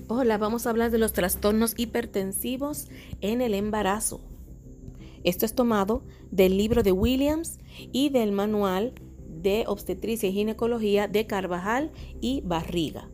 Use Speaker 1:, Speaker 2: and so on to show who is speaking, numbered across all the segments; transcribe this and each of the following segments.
Speaker 1: Hola, vamos a hablar de los trastornos hipertensivos en el embarazo. Esto es tomado del libro de Williams y del manual de obstetricia y ginecología de Carvajal y Barriga.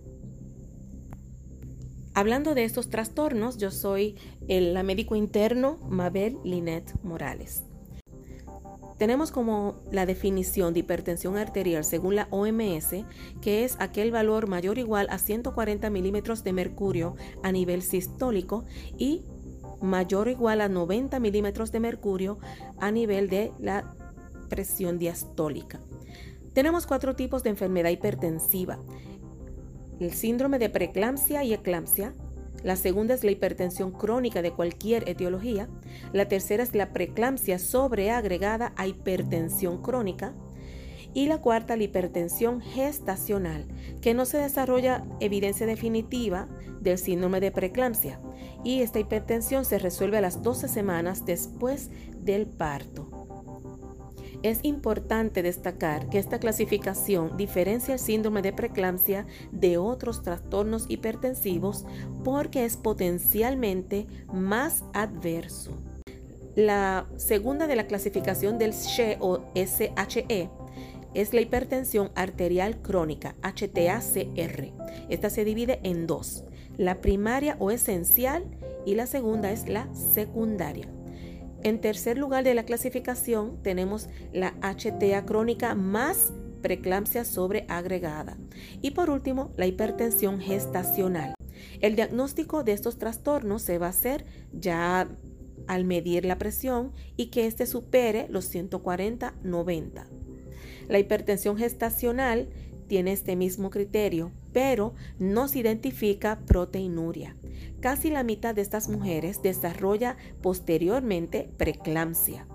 Speaker 1: Hablando de estos trastornos, yo soy la médico interno Mabel Linet Morales. Tenemos como la definición de hipertensión arterial según la OMS, que es aquel valor mayor o igual a 140 milímetros de mercurio a nivel sistólico y mayor o igual a 90 milímetros de mercurio a nivel de la presión diastólica. Tenemos 4 tipos de enfermedad hipertensiva: el síndrome de preeclampsia y eclampsia. La segunda es la hipertensión crónica de cualquier etiología. La tercera es la preeclampsia sobreagregada a hipertensión crónica. Y la cuarta, la hipertensión gestacional, que no se desarrolla evidencia definitiva del síndrome de preeclampsia. Y esta hipertensión se resuelve a las 12 semanas después del parto. Es importante destacar que esta clasificación diferencia el síndrome de preeclampsia de otros trastornos hipertensivos porque es potencialmente más adverso. La segunda de la clasificación del SHE o SHE es la hipertensión arterial crónica, HTACR. Esta se divide en 2, la primaria o esencial y la segunda es la secundaria. En tercer lugar de la clasificación tenemos la HTA crónica más preeclampsia sobreagregada. Y por último, la hipertensión gestacional. El diagnóstico de estos trastornos se va a hacer ya al medir la presión y que éste supere los 140/90. La hipertensión gestacional tiene este mismo criterio, pero no se identifica proteinuria. Casi la mitad de estas mujeres desarrolla posteriormente preeclampsia.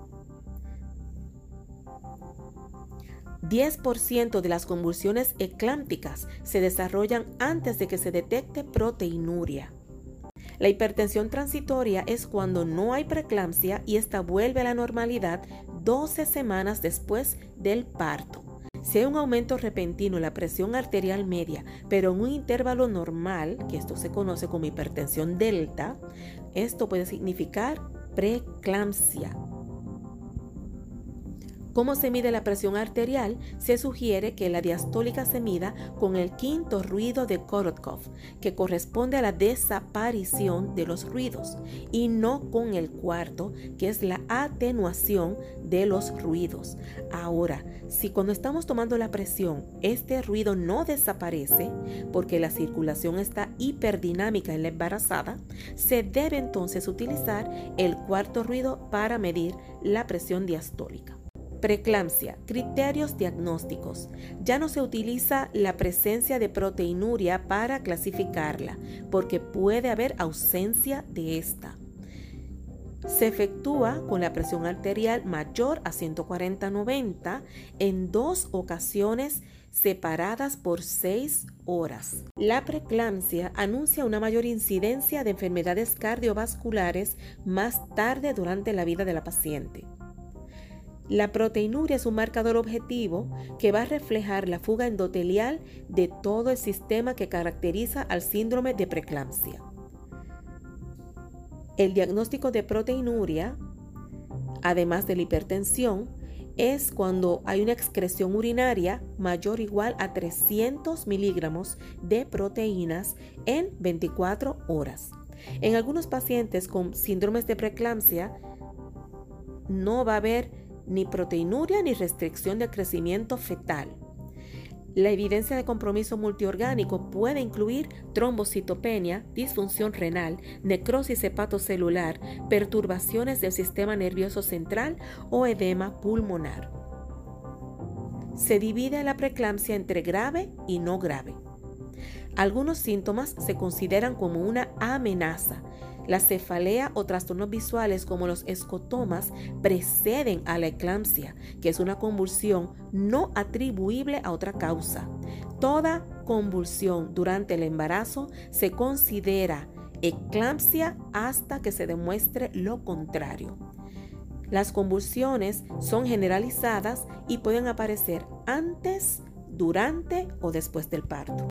Speaker 1: 10% de las convulsiones eclámpticas se desarrollan antes de que se detecte proteinuria. La hipertensión transitoria es cuando no hay preeclampsia y esta vuelve a la normalidad 12 semanas después del parto. Si hay un aumento repentino en la presión arterial media, pero en un intervalo normal, que esto se conoce como hipertensión delta, esto puede significar preeclampsia. ¿Cómo se mide la presión arterial? Se sugiere que la diastólica se mida con el quinto ruido de Korotkov, que corresponde a la desaparición de los ruidos, y no con el cuarto, que es la atenuación de los ruidos. Ahora, si cuando estamos tomando la presión, este ruido no desaparece porque la circulación está hiperdinámica en la embarazada, se debe entonces utilizar el cuarto ruido para medir la presión diastólica. Preeclampsia, criterios diagnósticos. Ya no se utiliza la presencia de proteinuria para clasificarla, porque puede haber ausencia de esta. Se efectúa con la presión arterial mayor a 140/90 en 2 ocasiones separadas por 6 horas. La preeclampsia anuncia una mayor incidencia de enfermedades cardiovasculares más tarde durante la vida de la paciente. La proteinuria es un marcador objetivo que va a reflejar la fuga endotelial de todo el sistema que caracteriza al síndrome de preeclampsia. El diagnóstico de proteinuria, además de la hipertensión, es cuando hay una excreción urinaria mayor o igual a 300 miligramos de proteínas en 24 horas. En algunos pacientes con síndromes de preeclampsia no va a haber ni proteinuria ni restricción de crecimiento fetal. La evidencia de compromiso multiorgánico puede incluir trombocitopenia, disfunción renal, necrosis hepatocelular, perturbaciones del sistema nervioso central o edema pulmonar. Se divide la preeclampsia entre grave y no grave. Algunos síntomas se consideran como una amenaza. La cefalea o trastornos visuales como los escotomas preceden a la eclampsia, que es una convulsión no atribuible a otra causa. Toda convulsión durante el embarazo se considera eclampsia hasta que se demuestre lo contrario. Las convulsiones son generalizadas y pueden aparecer antes, durante o después del parto.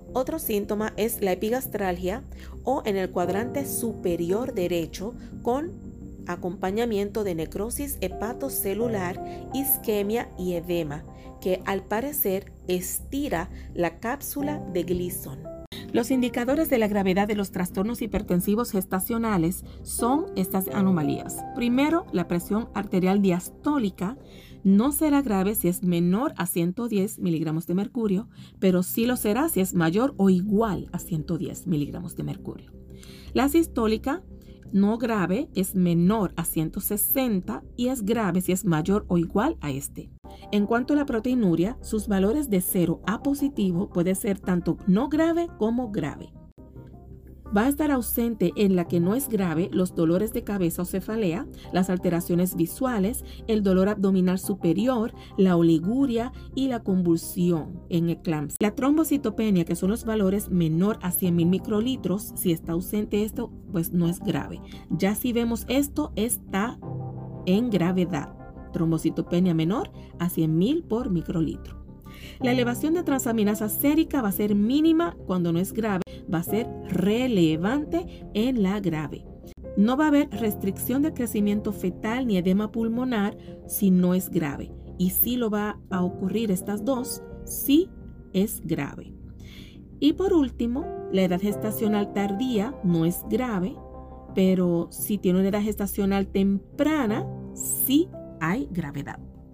Speaker 1: Otro síntoma es la epigastralgia o en el cuadrante superior derecho con acompañamiento de necrosis hepatocelular, isquemia y edema, que al parecer estira la cápsula de Gleason. Los indicadores de la gravedad de los trastornos hipertensivos gestacionales son estas anomalías. Primero, la presión arterial diastólica no será grave si es menor a 110 miligramos de mercurio, pero sí lo será si es mayor o igual a 110 miligramos de mercurio. La sistólica no grave es menor a 160 y es grave si es mayor o igual a este. En cuanto a la proteinuria, sus valores de 0 a positivo puede ser tanto no grave como grave. Va a estar ausente en la que no es grave los dolores de cabeza o cefalea, las alteraciones visuales, el dolor abdominal superior, la oliguria y la convulsión en eclampsia. La trombocitopenia, que son los valores menor a 100.000 microlitros, si está ausente esto, pues no es grave. Ya si vemos esto, está en gravedad. Trombocitopenia menor a 100.000 por microlitro. La elevación de transaminasa sérica va a ser mínima cuando no es grave, va a ser relevante en la grave. No va a haber restricción del crecimiento fetal ni edema pulmonar si no es grave. Y sí lo va a ocurrir estas dos si es grave. Y por último, la edad gestacional tardía no es grave, pero si tiene una edad gestacional temprana, sí hay gravedad.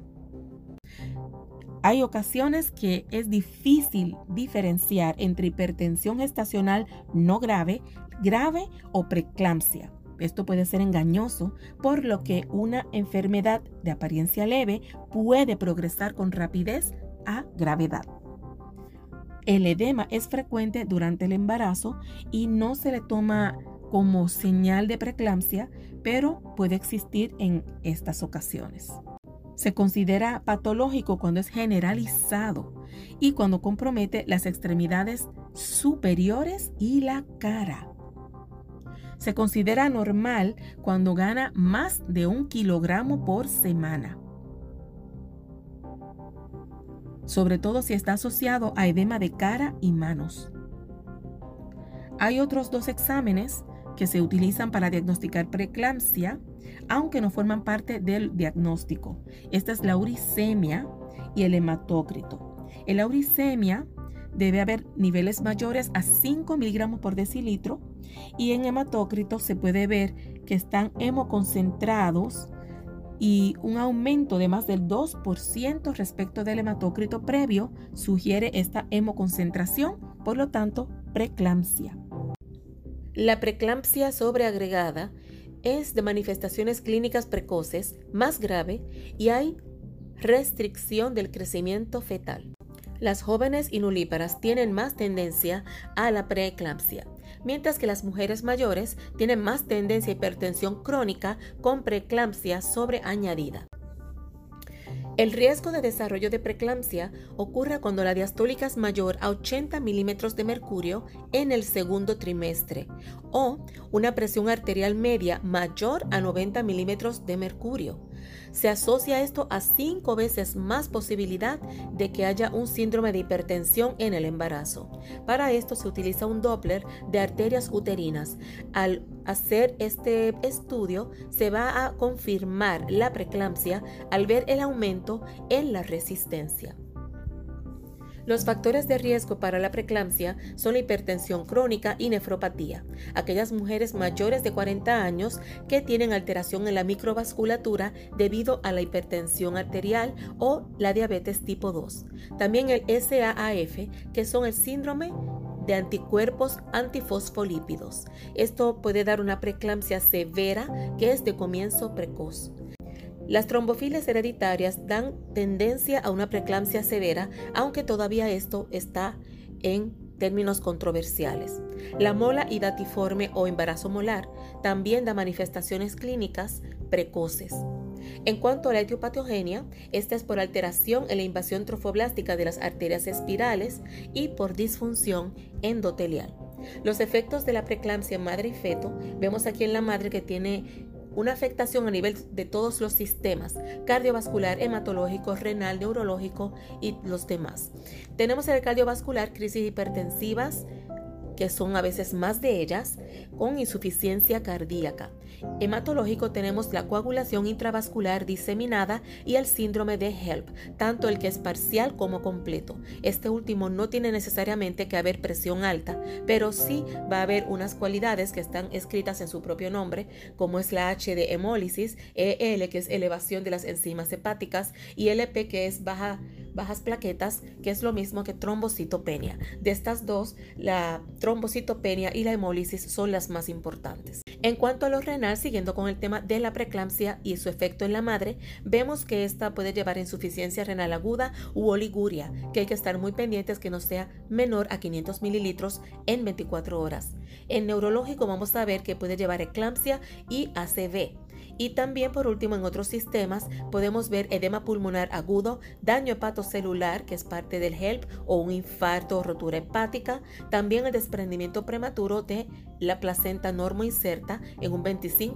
Speaker 1: Hay ocasiones que es difícil diferenciar entre hipertensión gestacional no grave, grave o preeclampsia. Esto puede ser engañoso, por lo que una enfermedad de apariencia leve puede progresar con rapidez a gravedad. El edema es frecuente durante el embarazo y no se le toma como señal de preeclampsia, pero puede existir en estas ocasiones. Se considera patológico cuando es generalizado y cuando compromete las extremidades superiores y la cara. Se considera normal cuando gana más de 1 kilogramo por semana, sobre todo si está asociado a edema de cara y manos. Hay otros 2 exámenes que se utilizan para diagnosticar preeclampsia, aunque no forman parte del diagnóstico. Esta es la uricemia y el hematócrito. En la uricemia debe haber niveles mayores a 5 miligramos por decilitro y en hematócrito se puede ver que están hemoconcentrados y un aumento de más del 2% respecto del hematócrito previo sugiere esta hemoconcentración, por lo tanto, preeclampsia. La preeclampsia sobreagregada es de manifestaciones clínicas precoces, más grave, y hay restricción del crecimiento fetal. Las jóvenes y nulíparas tienen más tendencia a la preeclampsia, mientras que las mujeres mayores tienen más tendencia a hipertensión crónica con preeclampsia sobreañadida. El riesgo de desarrollo de preeclampsia ocurre cuando la diastólica es mayor a 80 milímetros de mercurio en el segundo trimestre o una presión arterial media mayor a 90 milímetros de mercurio. Se asocia esto a 5 veces más posibilidad de que haya un síndrome de hipertensión en el embarazo. Para esto se utiliza un Doppler de arterias uterinas. Al hacer este estudio se va a confirmar la preeclampsia al ver el aumento en la resistencia. Los factores de riesgo para la preeclampsia son la hipertensión crónica y nefropatía. Aquellas mujeres mayores de 40 años que tienen alteración en la microvasculatura debido a la hipertensión arterial o la diabetes tipo 2. También el SAAF, que son el síndrome de anticuerpos antifosfolípidos. Esto puede dar una preeclampsia severa que es de comienzo precoz. Las trombofilias hereditarias dan tendencia a una preeclampsia severa, aunque todavía esto está en términos controversiales. La mola hidatiforme o embarazo molar también da manifestaciones clínicas precoces. En cuanto a la etiopatogenia, esta es por alteración en la invasión trofoblástica de las arterias espirales y por disfunción endotelial. Los efectos de la preeclampsia en madre y feto, vemos aquí en la madre que tiene una afectación a nivel de todos los sistemas, cardiovascular, hematológico, renal, neurológico y los demás. Tenemos en el cardiovascular crisis hipertensivas, que son a veces más de ellas, con insuficiencia cardíaca. Hematológico tenemos la coagulación intravascular diseminada y el síndrome de HELP, tanto el que es parcial como completo. Este último no tiene necesariamente que haber presión alta, pero sí va a haber unas cualidades que están escritas en su propio nombre, como es la H de hemólisis, EL que es elevación de las enzimas hepáticas y LP que es bajas plaquetas, que es lo mismo que trombocitopenia. De estas dos, la trombocitopenia y la hemólisis son las más importantes. En cuanto a lo renal, siguiendo con el tema de la preeclampsia y su efecto en la madre, vemos que esta puede llevar a insuficiencia renal aguda u oliguria, que hay que estar muy pendientes que no sea menor a 500 mililitros en 24 horas. En neurológico vamos a ver que puede llevar eclampsia y ACV. Y también, por último, en otros sistemas podemos ver edema pulmonar agudo, daño hepatocelular, que es parte del HELP, o un infarto o rotura hepática. También el desprendimiento prematuro de la placenta normoinserta en un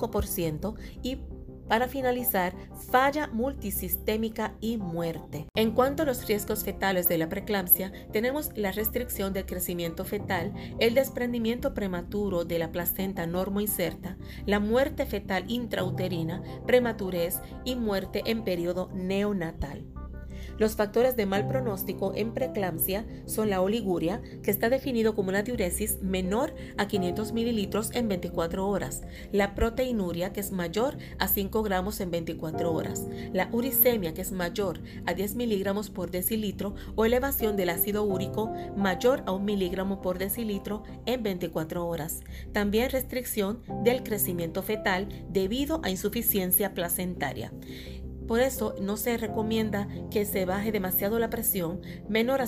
Speaker 1: 25% y, para finalizar, falla multisistémica y muerte. En cuanto a los riesgos fetales de la preeclampsia, tenemos la restricción del crecimiento fetal, el desprendimiento prematuro de la placenta normoinserta, la muerte fetal intrauterina, prematurez y muerte en periodo neonatal. Los factores de mal pronóstico en preeclampsia son la oliguria, que está definido como una diuresis menor a 500 mililitros en 24 horas, la proteinuria, que es mayor a 5 gramos en 24 horas, la uricemia, que es mayor a 10 miligramos por decilitro, o elevación del ácido úrico mayor a 1 miligramo por decilitro en 24 horas. También restricción del crecimiento fetal debido a insuficiencia placentaria. Por eso no se recomienda que se baje demasiado la presión, menor a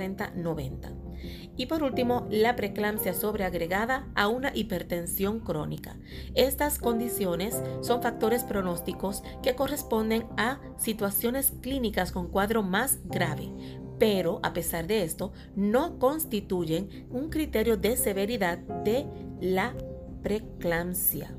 Speaker 1: 140/90. Y por último, la preeclampsia sobreagregada a una hipertensión crónica. Estas condiciones son factores pronósticos que corresponden a situaciones clínicas con cuadro más grave, pero a pesar de esto no constituyen un criterio de severidad de la preeclampsia.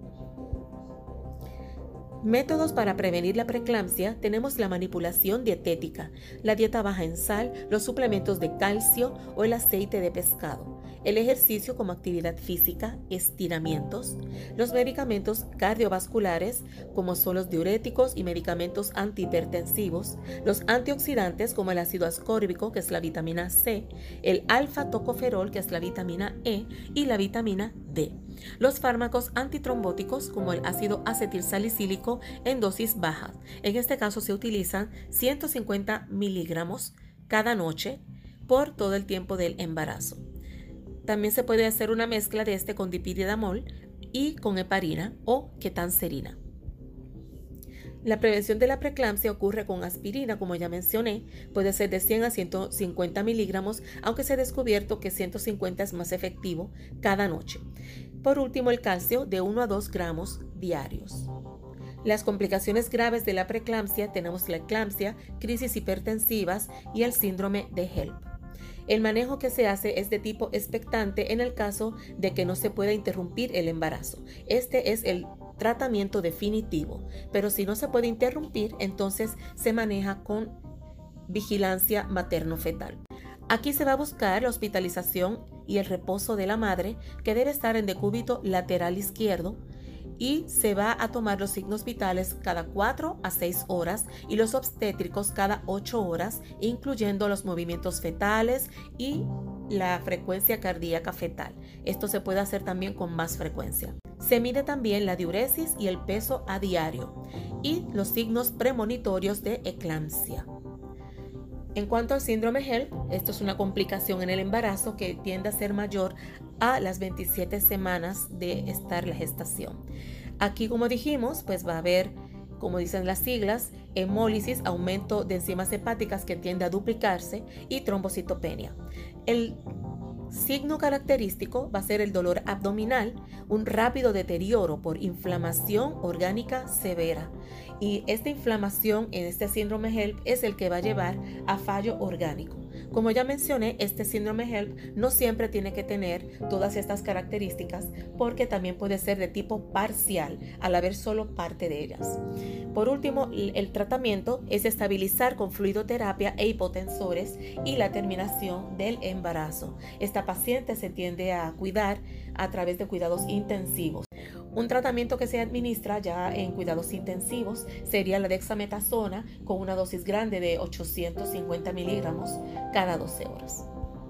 Speaker 1: Métodos para prevenir la preeclampsia: tenemos la manipulación dietética, la dieta baja en sal, los suplementos de calcio o el aceite de pescado, el ejercicio como actividad física, estiramientos, los medicamentos cardiovasculares como son los diuréticos y medicamentos antihipertensivos, los antioxidantes como el ácido ascórbico, que es la vitamina C, el alfa-tocoferol, que es la vitamina E, y la vitamina D. Los fármacos antitrombóticos como el ácido acetilsalicílico en dosis bajas. En este caso se utilizan 150 miligramos cada noche por todo el tiempo del embarazo. También se puede hacer una mezcla de este con dipyridamol y con heparina o ketanserina. La prevención de la preeclampsia ocurre con aspirina, como ya mencioné, puede ser de 100 a 150 miligramos, aunque se ha descubierto que 150 es más efectivo cada noche. Por último, el calcio de 1 a 2 gramos diarios. Las complicaciones graves de la preeclampsia tenemos la eclampsia, crisis hipertensivas y el síndrome de HELP. El manejo que se hace es de tipo expectante en el caso de que no se pueda interrumpir el embarazo. Este es el tratamiento definitivo, pero si no se puede interrumpir, entonces se maneja con vigilancia materno-fetal. Aquí se va a buscar la hospitalización y el reposo de la madre, que debe estar en decúbito lateral izquierdo, y se va a tomar los signos vitales cada 4 a 6 horas y los obstétricos cada 8 horas, incluyendo los movimientos fetales y la frecuencia cardíaca fetal. Esto se puede hacer también con más frecuencia. Se mide también la diuresis y el peso a diario y los signos premonitorios de eclampsia. En cuanto al síndrome HELP, esto es una complicación en el embarazo que tiende a ser mayor a las 27 semanas de estar la gestación. Aquí, como dijimos, pues va a haber, como dicen las siglas, hemólisis, aumento de enzimas hepáticas que tiende a duplicarse, y trombocitopenia. El signo característico va a ser el dolor abdominal, un rápido deterioro por inflamación orgánica severa. Y esta inflamación en este síndrome HELP es el que va a llevar a fallo orgánico. Como ya mencioné, este síndrome HELP no siempre tiene que tener todas estas características porque también puede ser de tipo parcial al haber solo parte de ellas. Por último, el tratamiento es estabilizar con fluidoterapia e hipotensores y la terminación del embarazo. Esta paciente se tiende a cuidar a través de cuidados intensivos. Un tratamiento que se administra ya en cuidados intensivos sería la dexametasona con una dosis grande de 850 miligramos cada 12 horas.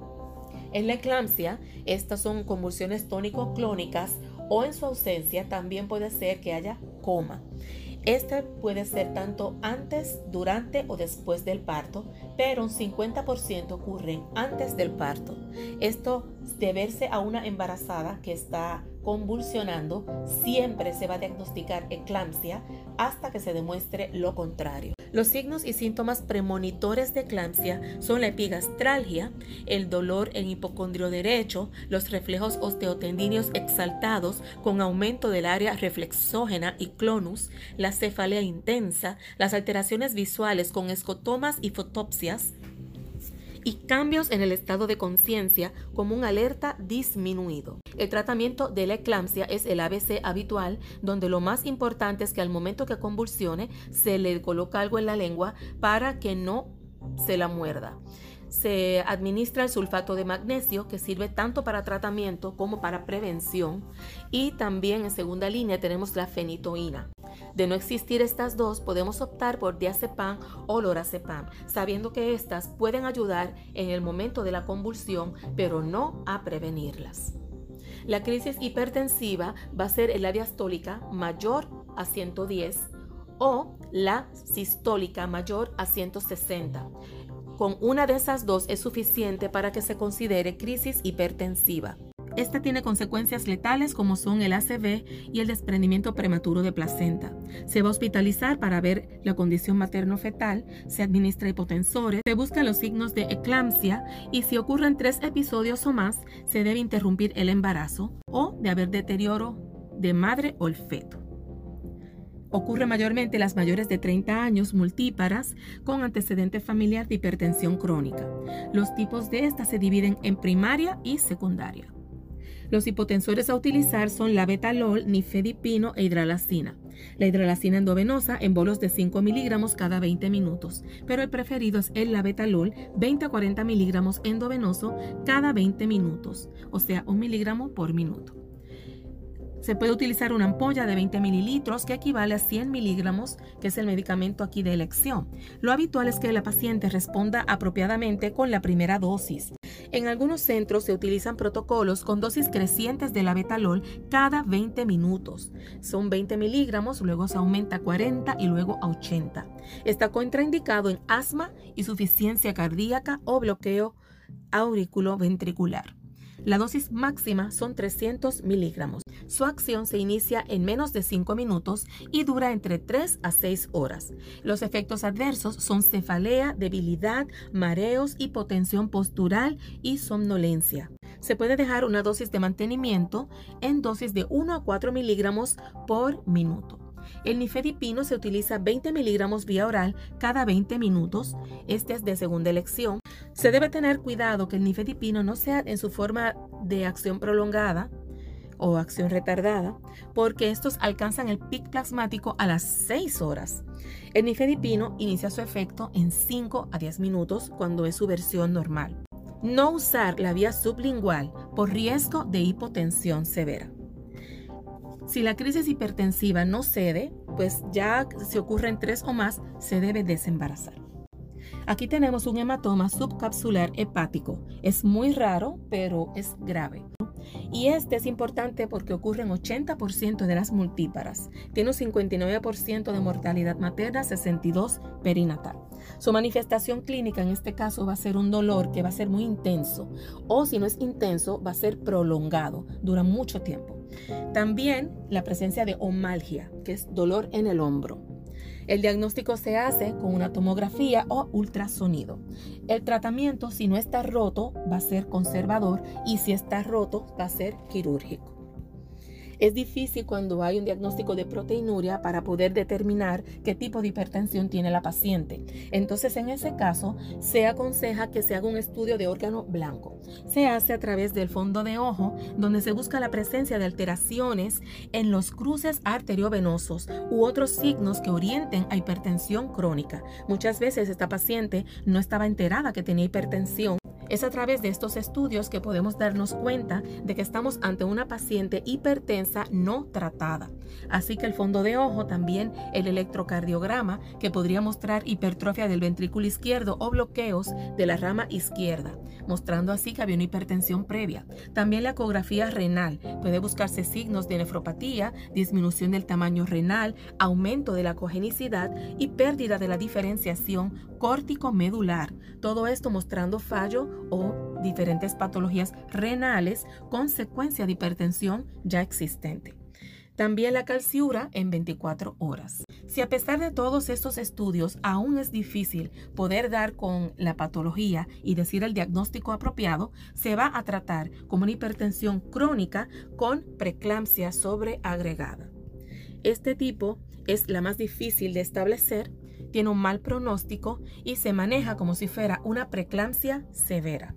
Speaker 1: En la eclampsia, estas son convulsiones tónico-clónicas o en su ausencia también puede ser que haya coma. Este puede ser tanto antes, durante o después del parto, pero un 50% ocurren antes del parto. Esto, deberse a una embarazada que está convulsionando, siempre se va a diagnosticar eclampsia hasta que se demuestre lo contrario. Los signos y síntomas premonitores de eclampsia son la epigastralgia, el dolor en hipocondrio derecho, los reflejos osteotendíneos exaltados con aumento del área reflexógena y clonus, la cefalea intensa, las alteraciones visuales con escotomas y fotopsias, y cambios en el estado de conciencia como un alerta disminuido. El tratamiento de la eclampsia es el ABC habitual, donde lo más importante es que al momento que convulsione se le coloca algo en la lengua para que no se la muerda. Se administra el sulfato de magnesio, que sirve tanto para tratamiento como para prevención, y también en segunda línea tenemos la fenitoína. De no existir estas dos, podemos optar por diazepam o lorazepam, sabiendo que estas pueden ayudar en el momento de la convulsión, pero no a prevenirlas. La crisis hipertensiva va a ser la diastólica mayor a 110 o la sistólica mayor a 160. Con una de esas dos es suficiente para que se considere crisis hipertensiva. Esta tiene consecuencias letales como son el ACV y el desprendimiento prematuro de placenta. Se va a hospitalizar para ver la condición materno-fetal, se administra hipotensores, se buscan los signos de eclampsia y si ocurren 3 episodios o más, se debe interrumpir el embarazo o de haber deterioro de madre o el feto. Ocurre mayormente en las mayores de 30 años multíparas con antecedente familiar de hipertensión crónica. Los tipos de estas se dividen en primaria y secundaria. Los hipotensores a utilizar son la betalol, nifedipino e hidralacina. La hidralacina endovenosa en bolos de 5 miligramos cada 20 minutos, pero el preferido es el labetalol, 20 a 40 miligramos endovenoso cada 20 minutos, o sea, 1 miligramo por minuto. Se puede utilizar una ampolla de 20 mililitros que equivale a 100 miligramos, que es el medicamento aquí de elección. Lo habitual es que la paciente responda apropiadamente con la primera dosis. En algunos centros se utilizan protocolos con dosis crecientes de labetalol cada 20 minutos. Son 20 miligramos, luego se aumenta a 40 y luego a 80. Está contraindicado en asma, insuficiencia cardíaca o bloqueo auriculoventricular. La dosis máxima son 300 miligramos. Su acción se inicia en menos de 5 minutos y dura entre 3 a 6 horas. Los efectos adversos son cefalea, debilidad, mareos, hipotensión postural y somnolencia. Se puede dejar una dosis de mantenimiento en dosis de 1 a 4 miligramos por minuto. El nifedipino se utiliza 20 miligramos vía oral cada 20 minutos. Este es de segunda elección. Se debe tener cuidado que el nifedipino no sea en su forma de acción prolongada o acción retardada, porque estos alcanzan el pic plasmático a las 6 horas. El nifedipino inicia su efecto en 5 a 10 minutos cuando es su versión normal. No usar la vía sublingual por riesgo de hipotensión severa. Si la crisis hipertensiva no cede, pues ya si ocurren 3 o más, se debe desembarazar. Aquí tenemos un hematoma subcapsular hepático. Es muy raro, pero es grave. Y este es importante porque ocurre en 80% de las multíparas. Tiene un 59% de mortalidad materna, 62% perinatal. Su manifestación clínica en este caso va a ser un dolor que va a ser muy intenso. O si no es intenso, va a ser prolongado, dura mucho tiempo. También la presencia de omalgia, que es dolor en el hombro. El diagnóstico se hace con una tomografía o ultrasonido. El tratamiento, si no está roto, va a ser conservador y si está roto, va a ser quirúrgico. Es difícil cuando hay un diagnóstico de proteinuria para poder determinar qué tipo de hipertensión tiene la paciente. Entonces, en ese caso, se aconseja que se haga un estudio de órgano blanco. Se hace a través del fondo de ojo, donde se busca la presencia de alteraciones en los cruces arteriovenosos u otros signos que orienten a hipertensión crónica. Muchas veces esta paciente no estaba enterada que tenía hipertensión. Es a través de estos estudios que podemos darnos cuenta de que estamos ante una paciente hipertensa no tratada. Así que el fondo de ojo, también el electrocardiograma, que podría mostrar hipertrofia del ventrículo izquierdo o bloqueos de la rama izquierda, mostrando así que había una hipertensión previa. También la ecografía renal, puede buscarse signos de nefropatía, disminución del tamaño renal, aumento de la cogenicidad y pérdida de la diferenciación córtico-medular. Todo esto mostrando fallo o diferentes patologías renales, consecuencia de hipertensión ya existente. También la calciura en 24 horas. Si a pesar de todos estos estudios aún es difícil poder dar con la patología y decir el diagnóstico apropiado, se va a tratar como una hipertensión crónica con preeclampsia sobreagregada. Este tipo es la más difícil de establecer, tiene un mal pronóstico y se maneja como si fuera una preeclampsia severa.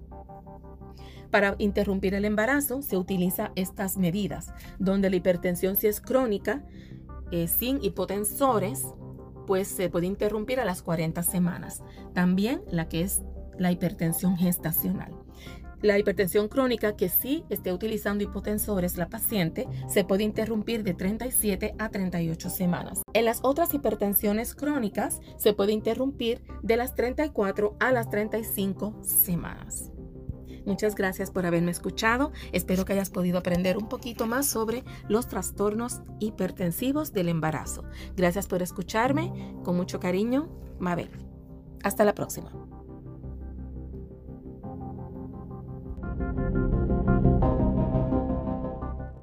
Speaker 1: Para interrumpir el embarazo se utilizan estas medidas, donde la hipertensión, si es crónica, sin hipotensores, pues se puede interrumpir a las 40 semanas. También la que es la hipertensión gestacional. La hipertensión crónica, que sí esté utilizando hipotensores la paciente, se puede interrumpir de 37 a 38 semanas. En las otras hipertensiones crónicas se puede interrumpir de las 34 a las 35 semanas. Muchas gracias por haberme escuchado. Espero que hayas podido aprender un poquito más sobre los trastornos hipertensivos del embarazo. Gracias por escucharme. Con mucho cariño, Mabel. Hasta la próxima.